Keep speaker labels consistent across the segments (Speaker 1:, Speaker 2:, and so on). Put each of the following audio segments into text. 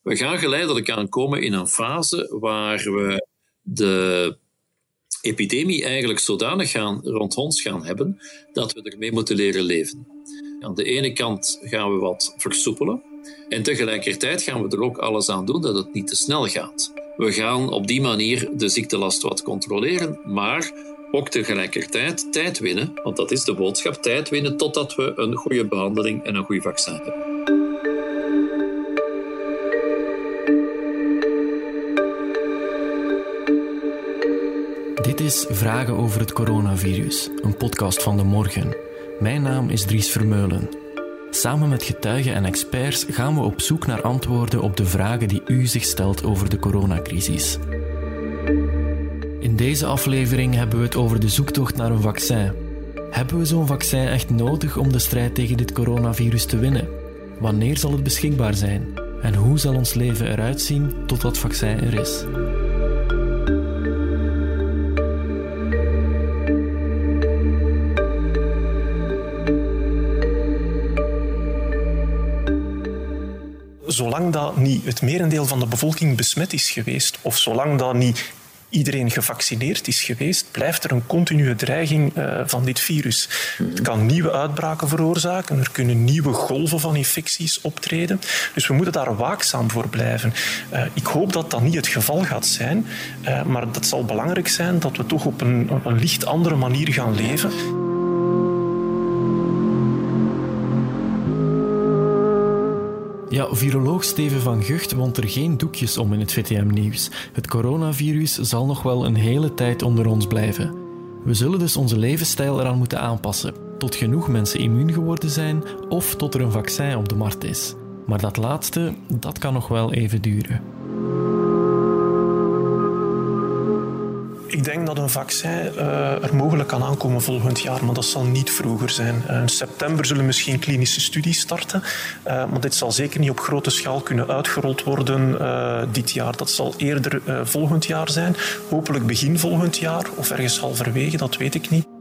Speaker 1: We gaan geleidelijk aankomen in een fase waar we de epidemie eigenlijk zodanig rond ons gaan hebben dat we ermee moeten leren leven. Aan de ene kant gaan we wat versoepelen en tegelijkertijd gaan we er ook alles aan doen dat het niet te snel gaat. We gaan op die manier de ziektelast wat controleren, maar ook tegelijkertijd tijd winnen, want dat is de boodschap, tijd winnen totdat we een goede behandeling en een goed vaccin hebben.
Speaker 2: Dit is Vragen over het coronavirus, een podcast van De Morgen. Mijn naam is Dries Vermeulen. Samen met getuigen en experts gaan we op zoek naar antwoorden op de vragen die u zich stelt over de coronacrisis. In deze aflevering hebben we het over de zoektocht naar een vaccin. Hebben we zo'n vaccin echt nodig om de strijd tegen dit coronavirus te winnen? Wanneer zal het beschikbaar zijn? En hoe zal ons leven eruit zien tot dat vaccin er is?
Speaker 3: Zolang dat niet het merendeel van de bevolking besmet is geweest, of zolang dat niet iedereen gevaccineerd is geweest, blijft er een continue dreiging van dit virus. Het kan nieuwe uitbraken veroorzaken, er kunnen nieuwe golven van infecties optreden. Dus we moeten daar waakzaam voor blijven. Ik hoop dat dat niet het geval gaat zijn, maar dat zal belangrijk zijn dat we toch op een licht andere manier gaan leven.
Speaker 2: Ja, viroloog Steven van Gucht wond er geen doekjes om in het VTM-nieuws. Het coronavirus zal nog wel een hele tijd onder ons blijven. We zullen dus onze levensstijl eraan moeten aanpassen, tot genoeg mensen immuun geworden zijn of tot er een vaccin op de markt is. Maar dat laatste, dat kan nog wel even duren.
Speaker 3: Ik denk dat een vaccin er mogelijk kan aankomen volgend jaar, maar dat zal niet vroeger zijn. In september zullen misschien klinische studies starten, maar dit zal zeker niet op grote schaal kunnen uitgerold worden dit jaar. Dat zal eerder volgend jaar zijn, hopelijk begin volgend jaar of ergens halverwege, dat weet ik niet.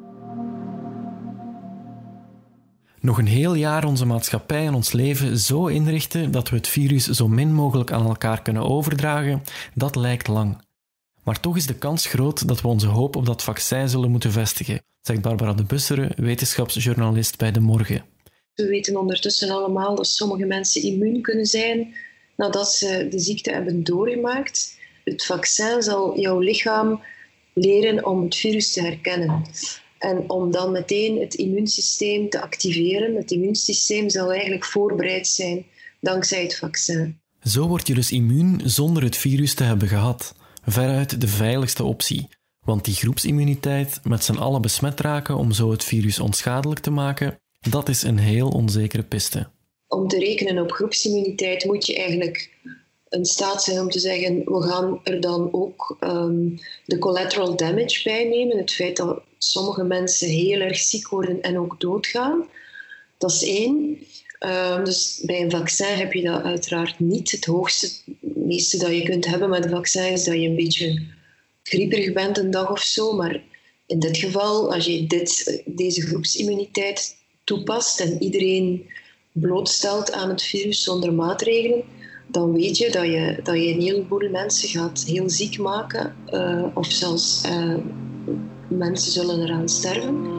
Speaker 2: Nog een heel jaar onze maatschappij en ons leven zo inrichten dat we het virus zo min mogelijk aan elkaar kunnen overdragen, dat lijkt lang. Maar toch is de kans groot dat we onze hoop op dat vaccin zullen moeten vestigen, zegt Barbara de Bussere, wetenschapsjournalist bij De Morgen.
Speaker 4: We weten ondertussen allemaal dat sommige mensen immuun kunnen zijn nadat ze de ziekte hebben doorgemaakt. Het vaccin zal jouw lichaam leren om het virus te herkennen. En om dan meteen het immuunsysteem te activeren. Het immuunsysteem zal eigenlijk voorbereid zijn dankzij het vaccin.
Speaker 2: Zo word je dus immuun zonder het virus te hebben gehad. Veruit de veiligste optie. Want die groepsimmuniteit, met z'n allen besmet raken om zo het virus onschadelijk te maken, dat is een heel onzekere piste.
Speaker 4: Om te rekenen op groepsimmuniteit moet je eigenlijk in staat zijn om te zeggen, we gaan er dan ook de collateral damage bij nemen. Het feit dat sommige mensen heel erg ziek worden en ook doodgaan. Dat is één. Dus bij een vaccin heb je dat uiteraard niet. Het meeste dat je kunt hebben met een vaccin is dat je een beetje grieperig bent een dag of zo. Maar in dit geval, als je deze groepsimmuniteit toepast en iedereen blootstelt aan het virus zonder maatregelen, dan weet je dat je een heleboel mensen gaat heel ziek maken. Of zelfs mensen zullen eraan sterven.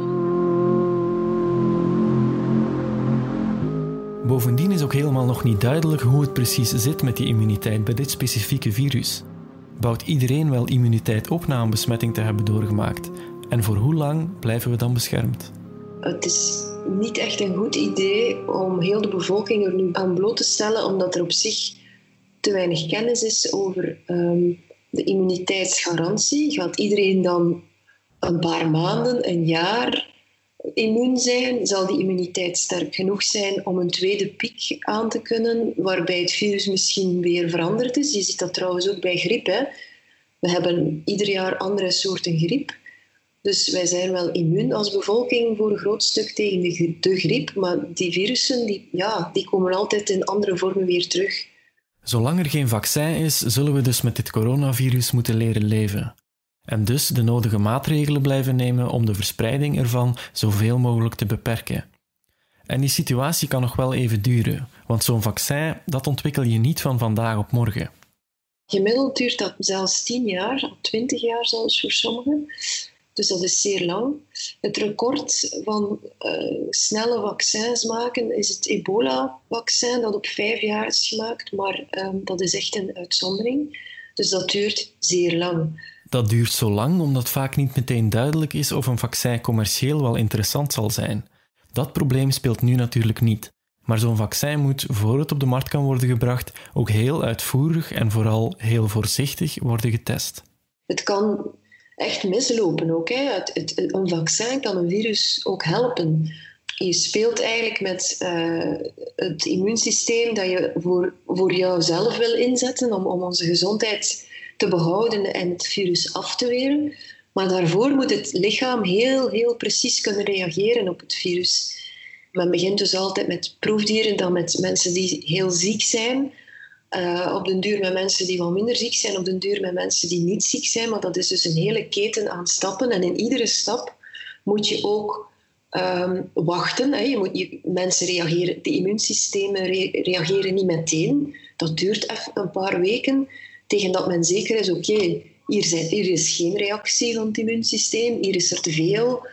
Speaker 2: Bovendien is ook helemaal nog niet duidelijk hoe het precies zit met die immuniteit bij dit specifieke virus. Bouwt iedereen wel immuniteit op na een besmetting te hebben doorgemaakt? En voor hoe lang blijven we dan beschermd?
Speaker 4: Het is niet echt een goed idee om heel de bevolking er nu aan bloot te stellen, omdat er op zich te weinig kennis is over de immuniteitsgarantie. Gaat iedereen dan een paar maanden, een jaar immuun zijn? Zal die immuniteit sterk genoeg zijn om een tweede piek aan te kunnen, waarbij het virus misschien weer veranderd is? Je ziet dat trouwens ook bij griep, hè? We hebben ieder jaar andere soorten griep. Dus wij zijn wel immuun als bevolking voor een groot stuk tegen de griep, maar die virussen die komen altijd in andere vormen weer terug.
Speaker 2: Zolang er geen vaccin is, zullen we dus met dit coronavirus moeten leren leven. En dus de nodige maatregelen blijven nemen om de verspreiding ervan zoveel mogelijk te beperken. En die situatie kan nog wel even duren, want zo'n vaccin, dat ontwikkel je niet van vandaag op morgen.
Speaker 4: Gemiddeld duurt dat zelfs 10 jaar, 20 jaar zelfs voor sommigen. Dus dat is zeer lang. Het record van snelle vaccins maken is het ebola-vaccin dat op 5 jaar is gemaakt, maar dat is echt een uitzondering. Dus dat duurt zeer lang.
Speaker 2: Dat duurt zo lang omdat vaak niet meteen duidelijk is of een vaccin commercieel wel interessant zal zijn. Dat probleem speelt nu natuurlijk niet. Maar zo'n vaccin moet, voor het op de markt kan worden gebracht, ook heel uitvoerig en vooral heel voorzichtig worden getest.
Speaker 4: Het kan echt mislopen ook. Hè. Een vaccin kan een virus ook helpen. Je speelt eigenlijk met het immuunsysteem dat je voor jouzelf wil inzetten om onze gezondheid te behouden en het virus af te weren. Maar daarvoor moet het lichaam heel, heel precies kunnen reageren op het virus. Men begint dus altijd met proefdieren, dan met mensen die heel ziek zijn. Op den duur met mensen die wat minder ziek zijn, op den duur met mensen die niet ziek zijn. Maar dat is dus een hele keten aan stappen. En in iedere stap moet je ook wachten. Hè. Mensen reageren, de immuunsystemen reageren niet meteen. Dat duurt even een paar weken, tegen dat men zeker is, oké, hier is geen reactie van het immuunsysteem, hier is er te veel.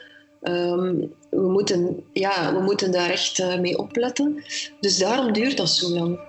Speaker 4: We moeten daar echt mee opletten. Dus daarom duurt dat zo lang.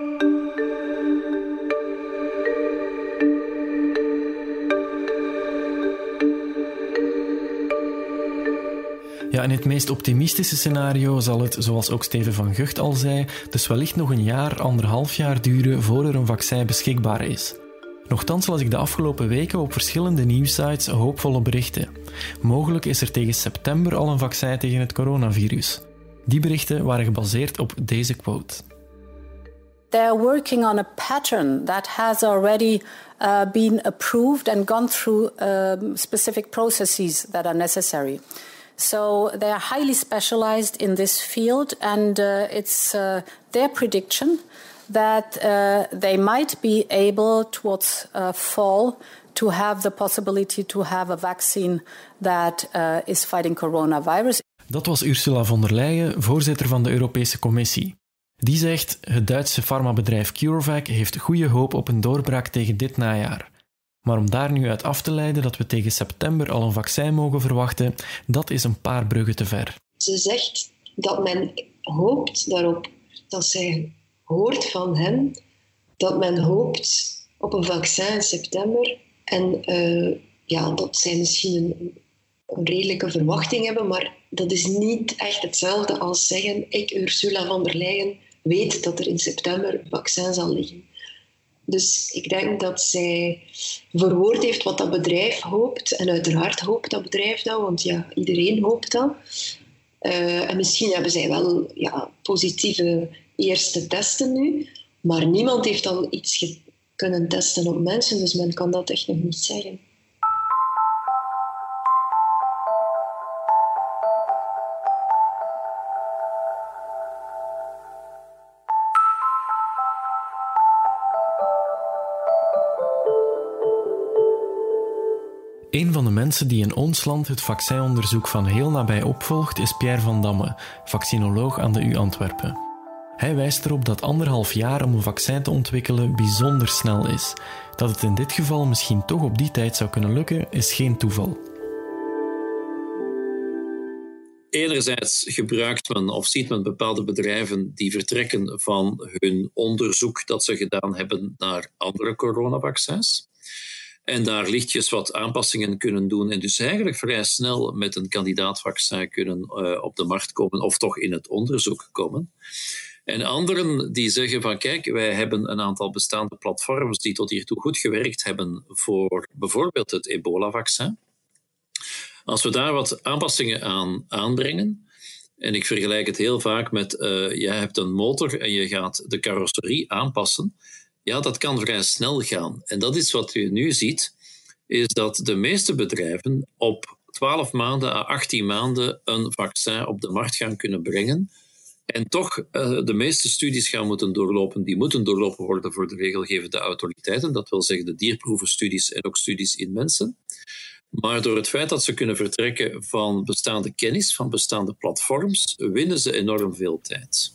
Speaker 2: Ja, in het meest optimistische scenario zal het, zoals ook Steven van Gucht al zei, dus wellicht nog een jaar, 1,5 jaar duren voor er een vaccin beschikbaar is. Nochtans las ik de afgelopen weken op verschillende nieuwssites hoopvolle berichten. Mogelijk is er tegen september al een vaccin tegen het coronavirus. Die berichten waren gebaseerd op deze quote.
Speaker 5: They're working on a pattern that has already been approved and gone through specific processes that are necessary. So they are highly specialized in this field, and it's their prediction that they might be able towards fall to have the possibility to have a vaccine that is fighting coronavirus.
Speaker 2: Dat was Ursula von der Leyen, voorzitter van de Europese Commissie. Die zegt, het Duitse farmabedrijf CureVac heeft goede hoop op een doorbraak tegen dit najaar. Maar om daar nu uit af te leiden dat we tegen september al een vaccin mogen verwachten, dat is een paar bruggen te ver.
Speaker 4: Ze zegt dat men hoopt daarop, dat zij hoort van hen, dat men hoopt op een vaccin in september. En dat zij misschien een redelijke verwachting hebben, maar dat is niet echt hetzelfde als zeggen, ik, Ursula von der Leyen, weet dat er in september een vaccin zal liggen. Dus ik denk dat zij verwoord heeft wat dat bedrijf hoopt. En uiteraard hoopt dat bedrijf dat, want ja, iedereen hoopt dat. En misschien hebben zij wel positieve eerste testen nu. Maar niemand heeft al iets kunnen testen op mensen, dus men kan dat echt nog niet zeggen.
Speaker 2: Een van de mensen die in ons land het vaccinonderzoek van heel nabij opvolgt is Pierre van Damme, vaccinoloog aan de U Antwerpen. Hij wijst erop dat 1,5 jaar om een vaccin te ontwikkelen bijzonder snel is. Dat het in dit geval misschien toch op die tijd zou kunnen lukken, is geen toeval.
Speaker 1: Enerzijds gebruikt men of ziet men bepaalde bedrijven die vertrekken van hun onderzoek dat ze gedaan hebben naar andere coronavaccins. En daar lichtjes wat aanpassingen kunnen doen en dus eigenlijk vrij snel met een kandidaatvaccin kunnen op de markt komen of toch in het onderzoek komen. En anderen die zeggen van kijk, wij hebben een aantal bestaande platforms die tot hiertoe goed gewerkt hebben voor bijvoorbeeld het ebola-vaccin. Als we daar wat aanpassingen aan aanbrengen, en ik vergelijk het heel vaak met jij hebt een motor en je gaat de carrosserie aanpassen, ja, dat kan vrij snel gaan. En dat is wat je nu ziet, is dat de meeste bedrijven op 12 maanden à 18 maanden een vaccin op de markt gaan kunnen brengen. En toch de meeste studies gaan moeten doorlopen. Die moeten doorlopen worden voor de regelgevende autoriteiten. Dat wil zeggen de dierproevenstudies en ook studies in mensen. Maar door het feit dat ze kunnen vertrekken van bestaande kennis, van bestaande platforms, winnen ze enorm veel tijd.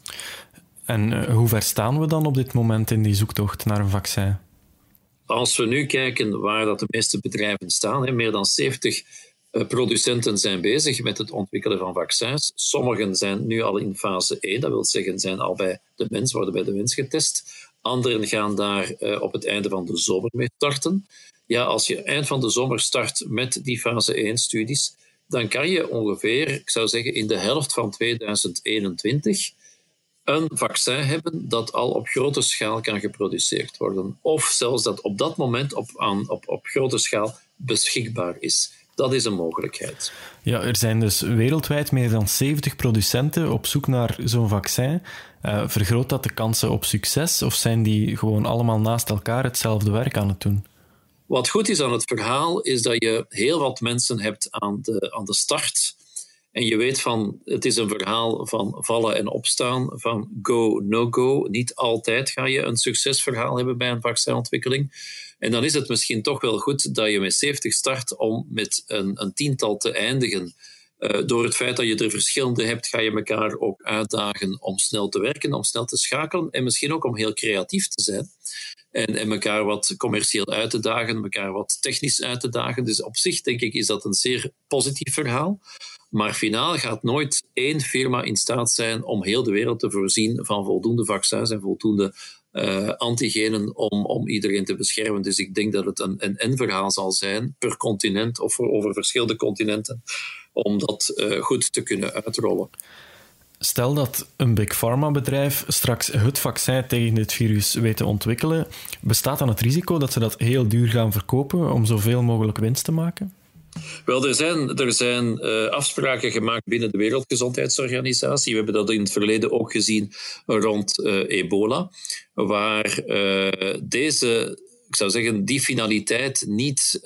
Speaker 2: En hoe ver staan we dan op dit moment in die zoektocht naar een vaccin?
Speaker 1: Als we nu kijken waar dat de meeste bedrijven staan, meer dan 70 producenten zijn bezig met het ontwikkelen van vaccins. Sommigen zijn nu al in fase 1, dat wil zeggen zijn al bij de mens, worden bij de mens getest. Anderen gaan daar op het einde van de zomer mee starten. Ja, als je eind van de zomer start met die fase 1-studies, dan kan je ongeveer, ik zou zeggen, in de helft van 2021 een vaccin hebben dat al op grote schaal kan geproduceerd worden. Of zelfs dat op dat moment op grote schaal beschikbaar is. Dat is een mogelijkheid.
Speaker 2: Ja, er zijn dus wereldwijd meer dan 70 producenten op zoek naar zo'n vaccin. Vergroot dat de kansen op succes of zijn die gewoon allemaal naast elkaar hetzelfde werk aan het doen?
Speaker 1: Wat goed is aan het verhaal is dat je heel wat mensen hebt aan de start. En je weet van, het is een verhaal van vallen en opstaan, van go, no go. Niet altijd ga je een succesverhaal hebben bij een vaccinontwikkeling. En dan is het misschien toch wel goed dat je met 70 start om met een tiental te eindigen. Door het feit dat je er verschillende hebt, ga je elkaar ook uitdagen om snel te werken, om snel te schakelen en misschien ook om heel creatief te zijn. En elkaar wat commercieel uit te dagen, elkaar wat technisch uit te dagen. Dus op zich, denk ik, is dat een zeer positief verhaal. Maar finaal gaat nooit één firma in staat zijn om heel de wereld te voorzien van voldoende vaccins en voldoende antigenen om iedereen te beschermen. Dus ik denk dat het een N-verhaal zal zijn per continent of over verschillende continenten om dat goed te kunnen uitrollen.
Speaker 2: Stel dat een Big Pharma-bedrijf straks het vaccin tegen dit virus weet te ontwikkelen, bestaat dan het risico dat ze dat heel duur gaan verkopen om zoveel mogelijk winst te maken?
Speaker 1: Wel, er zijn afspraken gemaakt binnen de Wereldgezondheidsorganisatie. We hebben dat in het verleden ook gezien rond ebola, waar deze, ik zou zeggen, die finaliteit niet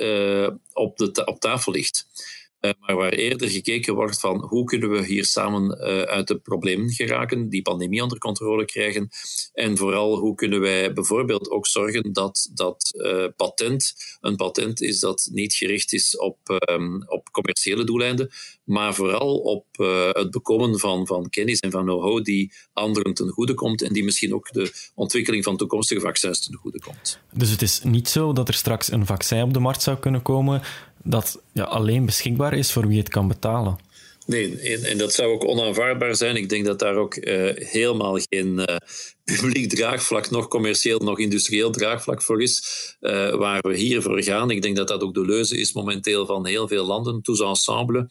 Speaker 1: op tafel ligt. Maar waar eerder gekeken wordt van hoe kunnen we hier samen uit de problemen geraken, die pandemie onder controle krijgen en vooral hoe kunnen wij bijvoorbeeld ook zorgen dat een patent is dat niet gericht is op commerciële doeleinden, maar vooral op het bekomen van kennis en van know-how die anderen ten goede komt en die misschien ook de ontwikkeling van toekomstige vaccins ten goede komt.
Speaker 2: Dus het is niet zo dat er straks een vaccin op de markt zou kunnen komen dat alleen beschikbaar is voor wie het kan betalen?
Speaker 1: Nee, en dat zou ook onaanvaardbaar zijn. Ik denk dat daar ook helemaal geen publiek draagvlak, nog commercieel, nog industrieel draagvlak voor is, waar we hier voor gaan. Ik denk dat dat ook de leuze is momenteel van heel veel landen, tous ensemble.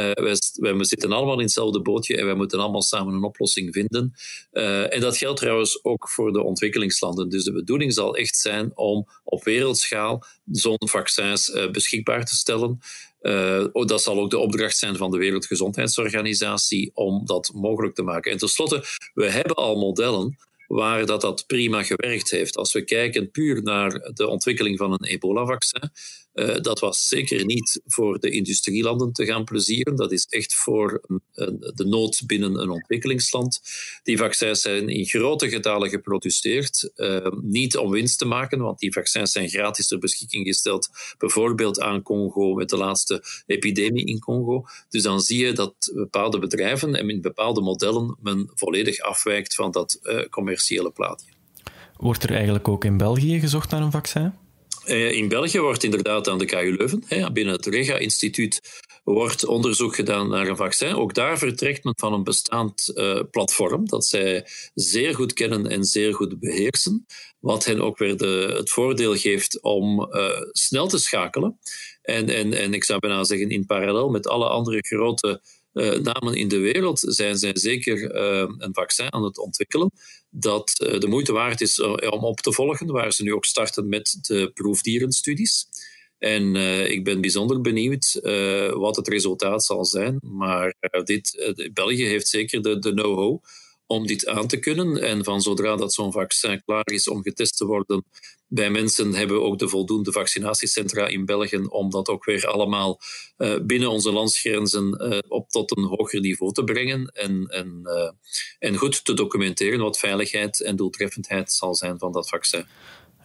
Speaker 1: We zitten allemaal in hetzelfde bootje en wij moeten allemaal samen een oplossing vinden. En dat geldt trouwens ook voor de ontwikkelingslanden. Dus de bedoeling zal echt zijn om op wereldschaal zo'n vaccins beschikbaar te stellen. Dat zal ook de opdracht zijn van de Wereldgezondheidsorganisatie om dat mogelijk te maken. En tenslotte, we hebben al modellen waar dat prima gewerkt heeft. Als we kijken puur naar de ontwikkeling van een ebola-vaccin, dat was zeker niet voor de industrielanden te gaan plezieren. Dat is echt voor de nood binnen een ontwikkelingsland. Die vaccins zijn in grote getalen geproduceerd. Niet om winst te maken, want die vaccins zijn gratis ter beschikking gesteld. Bijvoorbeeld aan Congo met de laatste epidemie in Congo. Dus dan zie je dat bepaalde bedrijven en in bepaalde modellen men volledig afwijkt van dat commerciële plaatje.
Speaker 2: Wordt er eigenlijk ook in België gezocht naar een vaccin?
Speaker 1: In België wordt inderdaad aan de KU Leuven, binnen het Rega-instituut, wordt onderzoek gedaan naar een vaccin. Ook daar vertrekt men van een bestaand platform dat zij zeer goed kennen en zeer goed beheersen, wat hen ook weer het voordeel geeft om snel te schakelen. En ik zou bijna zeggen, in parallel met alle andere grote namen in de wereld zijn zij zeker een vaccin aan het ontwikkelen dat de moeite waard is om op te volgen, waar ze nu ook starten met de proefdierenstudies. En ik ben bijzonder benieuwd wat het resultaat zal zijn, maar België heeft zeker de know-how om dit aan te kunnen. En van zodra dat zo'n vaccin klaar is om getest te worden bij mensen, hebben we ook de voldoende vaccinatiecentra in België om dat ook weer allemaal binnen onze landsgrenzen op tot een hoger niveau te brengen en goed te documenteren wat veiligheid en doeltreffendheid zal zijn van dat vaccin.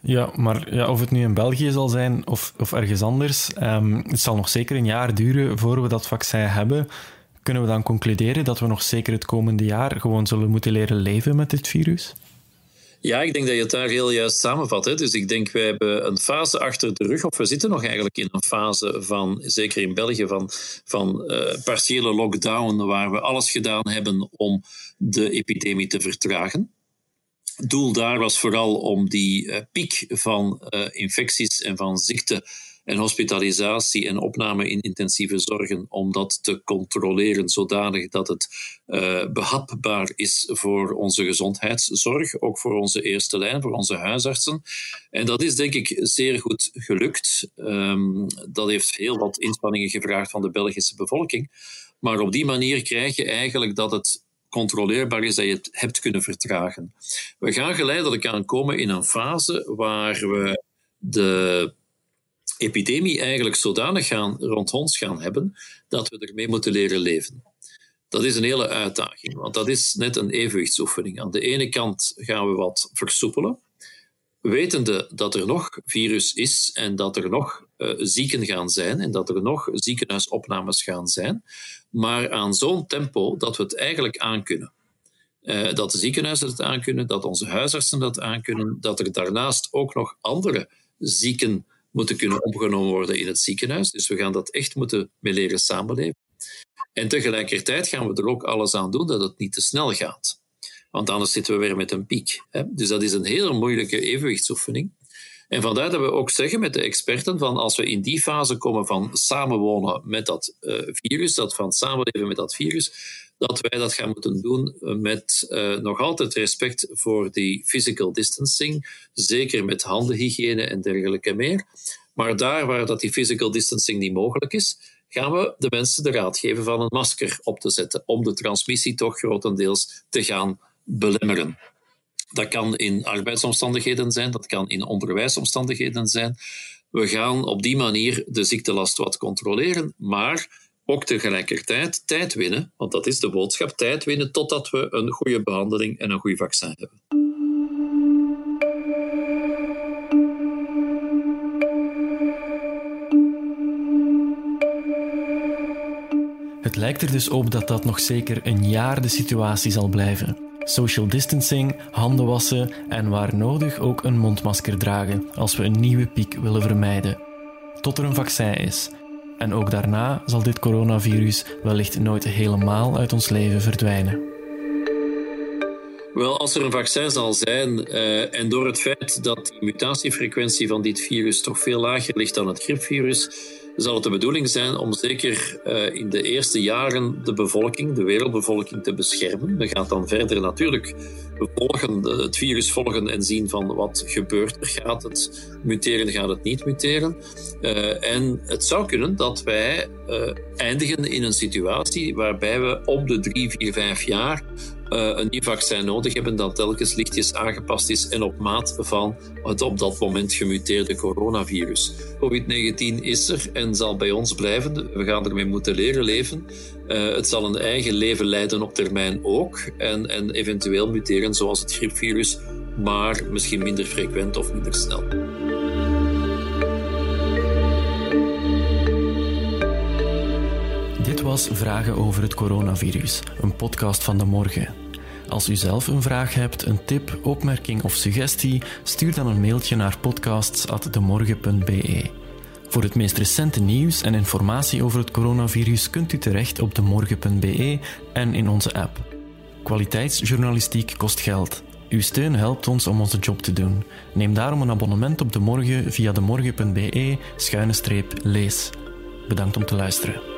Speaker 2: Ja, maar of het nu in België zal zijn of ergens anders, het zal nog zeker een jaar duren voor we dat vaccin hebben. Kunnen we dan concluderen dat we nog zeker het komende jaar gewoon zullen moeten leren leven met dit virus?
Speaker 1: Ja, ik denk dat je het daar heel juist samenvat. Hè. Dus ik denk, wij hebben een fase achter de rug, of we zitten nog eigenlijk in een fase van, zeker in België, van partiële lockdown, waar we alles gedaan hebben om de epidemie te vertragen. Het doel daar was vooral om die piek van infecties en van ziekte en hospitalisatie en opname in intensieve zorgen, om dat te controleren zodanig dat het behapbaar is voor onze gezondheidszorg, ook voor onze eerste lijn, voor onze huisartsen. En dat is denk ik zeer goed gelukt. Dat heeft heel wat inspanningen gevraagd van de Belgische bevolking. Maar op die manier krijg je eigenlijk dat het controleerbaar is, dat je het hebt kunnen vertragen. We gaan geleidelijk aankomen in een fase waar we de epidemie eigenlijk zodanig rond ons gaan hebben dat we ermee moeten leren leven. Dat is een hele uitdaging, want dat is net een evenwichtsoefening. Aan de ene kant gaan we wat versoepelen, wetende dat er nog virus is en dat er nog zieken gaan zijn en dat er nog ziekenhuisopnames gaan zijn, maar aan zo'n tempo dat we het eigenlijk aankunnen. Dat de ziekenhuizen het aankunnen, dat onze huisartsen dat aankunnen, dat er daarnaast ook nog andere zieken moeten kunnen opgenomen worden in het ziekenhuis. Dus we gaan dat echt moeten mee leren samenleven. En tegelijkertijd gaan we er ook alles aan doen dat het niet te snel gaat. Want anders zitten we weer met een piek. Dus dat is een hele moeilijke evenwichtsoefening. En vandaar dat we ook zeggen met de experten van als we in die fase komen van samenwonen met dat virus, dat van samenleven met dat virus, dat wij dat gaan moeten doen met nog altijd respect voor die physical distancing, zeker met handenhygiëne en dergelijke meer. Maar daar waar dat die physical distancing niet mogelijk is, gaan we de mensen de raad geven van een masker op te zetten, om de transmissie toch grotendeels te gaan belemmeren. Dat kan in arbeidsomstandigheden zijn, dat kan in onderwijsomstandigheden zijn. We gaan op die manier de ziektelast wat controleren, maar ook tegelijkertijd tijd winnen, want dat is de boodschap, tijd winnen totdat we een goede behandeling en een goed vaccin hebben.
Speaker 2: Het lijkt er dus op dat dat nog zeker een jaar de situatie zal blijven. Social distancing, handen wassen en waar nodig ook een mondmasker dragen als we een nieuwe piek willen vermijden. Tot er een vaccin is. En ook daarna zal dit coronavirus wellicht nooit helemaal uit ons leven verdwijnen.
Speaker 1: Wel, als er een vaccin zal zijn en door het feit dat die mutatiefrequentie van dit virus toch veel lager ligt dan het griepvirus, zal het de bedoeling zijn om zeker in de eerste jaren de bevolking, de wereldbevolking, te beschermen. We gaan dan verder natuurlijk het virus volgen en zien van wat gebeurt er. Gaat het muteren, gaat het niet muteren? En het zou kunnen dat wij eindigen in een situatie waarbij we om de 3, 4, 5 jaar een nieuw vaccin nodig hebben dat telkens lichtjes aangepast is en op maat van het op dat moment gemuteerde coronavirus. COVID-19 is er en zal bij ons blijven. We gaan ermee moeten leren leven. Het zal een eigen leven leiden op termijn ook en eventueel muteren zoals het griepvirus, maar misschien minder frequent of minder snel.
Speaker 2: Dit was Vragen over het coronavirus, een podcast van De Morgen. Als u zelf een vraag hebt, een tip, opmerking of suggestie, stuur dan een mailtje naar podcasts@demorgen.be. Voor het meest recente nieuws en informatie over het coronavirus kunt u terecht op demorgen.be en in onze app. Kwaliteitsjournalistiek kost geld. Uw steun helpt ons om onze job te doen. Neem daarom een abonnement op De Morgen via demorgen.be/lees. Bedankt om te luisteren.